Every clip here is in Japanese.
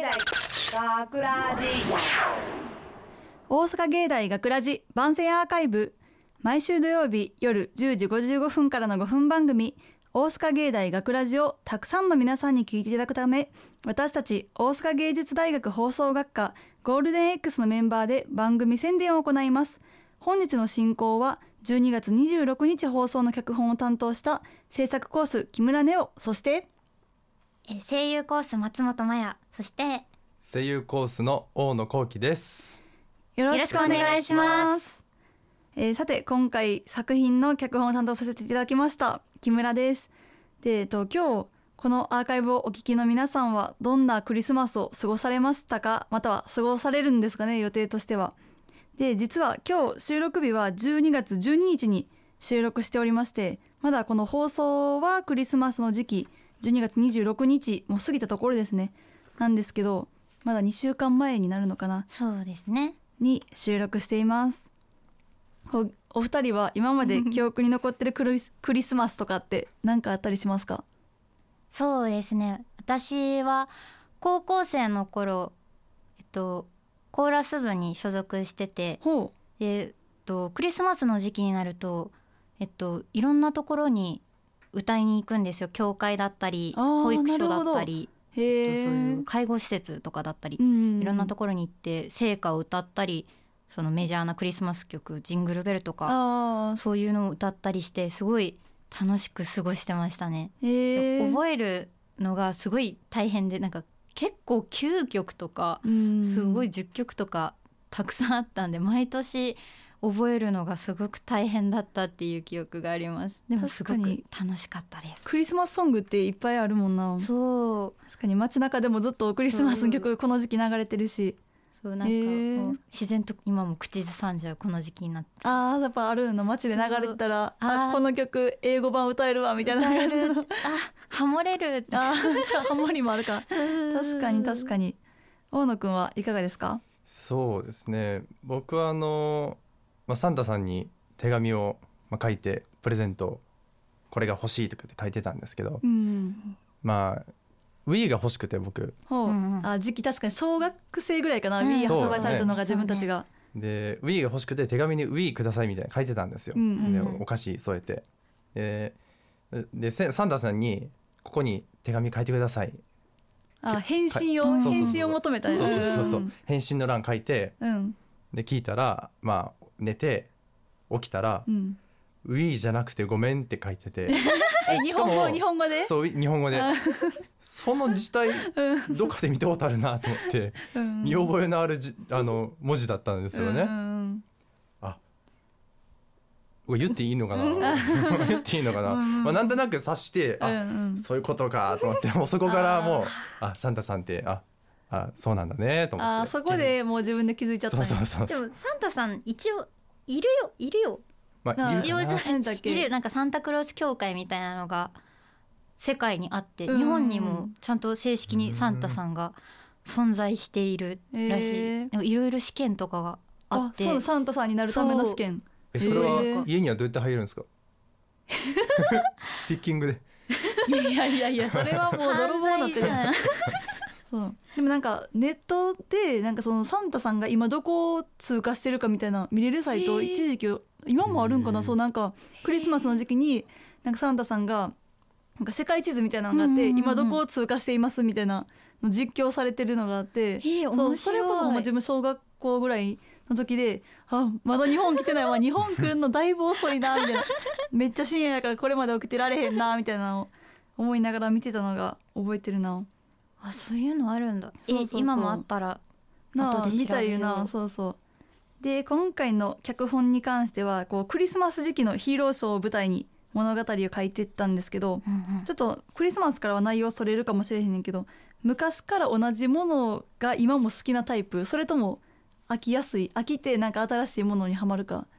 大学ラジ大阪芸大学ラジ番宣アーカイブ、毎週土曜日夜10時55分からの5分番組大阪芸大学ラジをたくさんの皆さんに聞いていただくため、私たち大阪芸術大学放送学科ゴールデン X のメンバーで番組宣伝を行います。本日の進行は12月26日放送の脚本を担当した制作コース木村ネオ、そして声優コース松本麻也、そして声優コースの大野幸喜です。 よろしくお願いします。さて今回作品の脚本を担当させていただきました木村です。で、今日このアーカイブをお聞きの皆さんはどんなクリスマスを過ごされましたか、または過ごされるんですかね、予定としては。で、実は今日収録日は12月12日に収録しておりまして、まだこの放送はクリスマスの時期12月26日もう過ぎたところですね、なんですけど、まだ2週間前になるのかな。 そうですね、 に収録しています。お二人は今まで記憶に残ってるクリスマスとかって何かあったりしますか？ そうですね、私は高校生の頃、コーラス部に所属してて、で、クリスマスの時期になると、いろんなところに歌いに行くんですよ。教会だったり保育所だったり、そういう介護施設とかだったり、いろんなところに行って聖歌を歌ったり、そのメジャーなクリスマス曲ジングルベルとかそういうのを歌ったりして、すごい楽しく過ごしてましたね。覚えるのがすごい大変で、なんか結構9曲とかすごい10曲とかたくさんあったんで、毎年覚えるのがすごく大変だったっていう記憶があります。でもすごく楽しかったです。 クリスマスソングっていっぱいあるもんな。 そう、 確かに街中でもずっとクリスマスの曲この時期流れてるし、 そうなんかもう自然と今も口ずさんじゃうこの時期になって、 やっぱあるの。街で流れてたらこの曲英語版歌えるわみたいな感じのハモれるハモリもあるか確かに確かに。大野くんはいかがですか？ そうですね、僕はサンタさんに手紙を書いてプレゼントこれが欲しいとかって書いてたんですけど、Wii が欲しくて僕、 時期確かに小学生ぐらいかな、Wii 発売されたのが自分たちが、 で Wii が欲しくて手紙に Wii くださいみたいな書いてたんですよ、でお菓子添えて、でサンタさんにここに手紙書いてください、 返信を求めた。 そう返信の欄書いて、で聞いたら、寝て起きたら、Wii じゃなくてごめんって書いてて日本語で？ そう、日本語でその字体どっかで見たことあるなと思って見覚えのある文字だったんですよね。言っていいのかな言っていいのかな、なんとなく察して、そういうことかと思って、もうそこからもうサンタさんってそうなんだねと思って、 そこでもう自分で気づいちゃった、ね、 そうでもサンタさん一応いるよ一応じゃいる、なんかサンタクロース協会みたいなのが世界にあって、日本にもちゃんと正式にサンタさんが存在しているらしい。いろいろ試験とかがあって、 そう、サンタさんになるための試験。 それは家にはどうやって入るんですか？ピッキングで。 いやそれはもう泥棒だってるそうでもなんかネットでなんかそのサンタさんが今どこを通過してるかみたいな見れるサイト、一時期今もあるんかな、そうなんかクリスマスの時期になんかサンタさんがなんか世界地図みたいなのがあって、今どこを通過していますみたいなの実況されてるのがあって、それこそ自分小学校ぐらいの時で、まだ日本来てないわ、日本来るのだいぶ遅いなみたいなめっちゃ深夜やからこれまで起きてられへんなみたいなのを思いながら見てたのが覚えてるな。 そういうのあるんだ。今もあったら後で調べよう。 見たいな。で今回の脚本に関してはクリスマス時期のヒーローショーを舞台に物語を書いていったんですけど、ちょっとクリスマスからは内容それるかもしれへんねんけど、昔から同じものが今も好きなタイプ、それとも飽きてなんか新しいものにはまるか。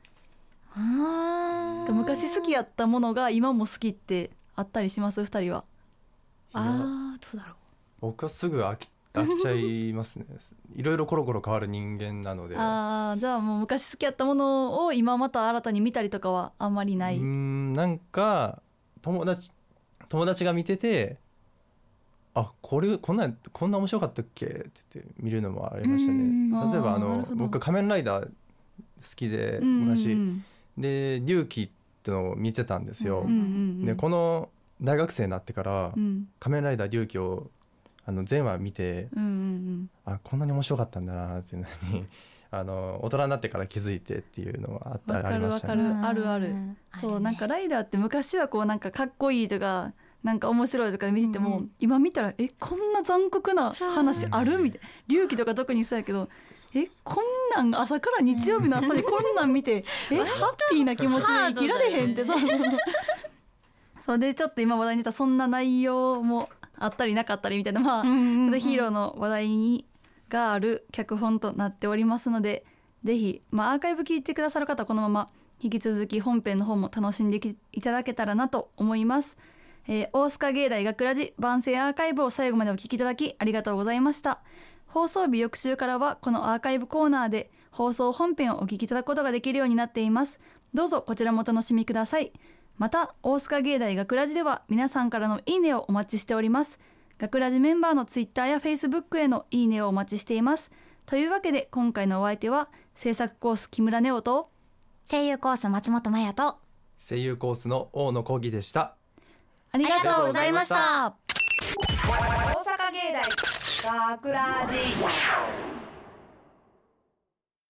昔好きやったものが今も好きってあったりします？二人は。 どうだろう。 僕はすぐ飽きちゃいますねいろいろコロコロ変わる人間なので。じゃあもう昔好きやったものを今また新たに見たりとかはあんまりない？ なんか友達が見ててあこんな面白かったっけって言って見るのもありましたね。例えば僕仮面ライダー好きで昔で龍騎ってのを見てたんですよ。でこの大学生になってから仮面ライダー龍騎を全話見て、あこんなに面白かったんだなっていうのに大人になってから気づいてっていうのはありましたね。 あるある、そうなんかライダーって昔はこうなんかかっこいいとかなんか面白いとか見てても、今見たらこんな残酷な話あるみたいな。龍騎とか特にそうやけどこんなん朝から日曜日の朝にこんなん見てハッピーな気持ちで生きられへんってそうでちょっと今話題に出たそんな内容もあったりなかったりみたいな、ヒーローの話題がある脚本となっておりますので、ぜひ、アーカイブ聞いてくださる方はこのまま引き続き本編の方も楽しんでいただけたらなと思います。大須賀芸大学ラジ番宣アーカイブを最後までお聞きいただきありがとうございました。放送日翌週からはこのアーカイブコーナーで放送本編をお聞きいただくことができるようになっています。どうぞこちらもお楽しみください。また大須賀芸大学ラジでは皆さんからのいいねをお待ちしております。学ラジメンバーのツイッターやフェイスブックへのいいねをお待ちしています。というわけで今回のお相手は制作コース木村ネオと声優コース松本麻也と声優コースの大野幸喜でした。 ありがとうございました。 大阪芸大学ラジ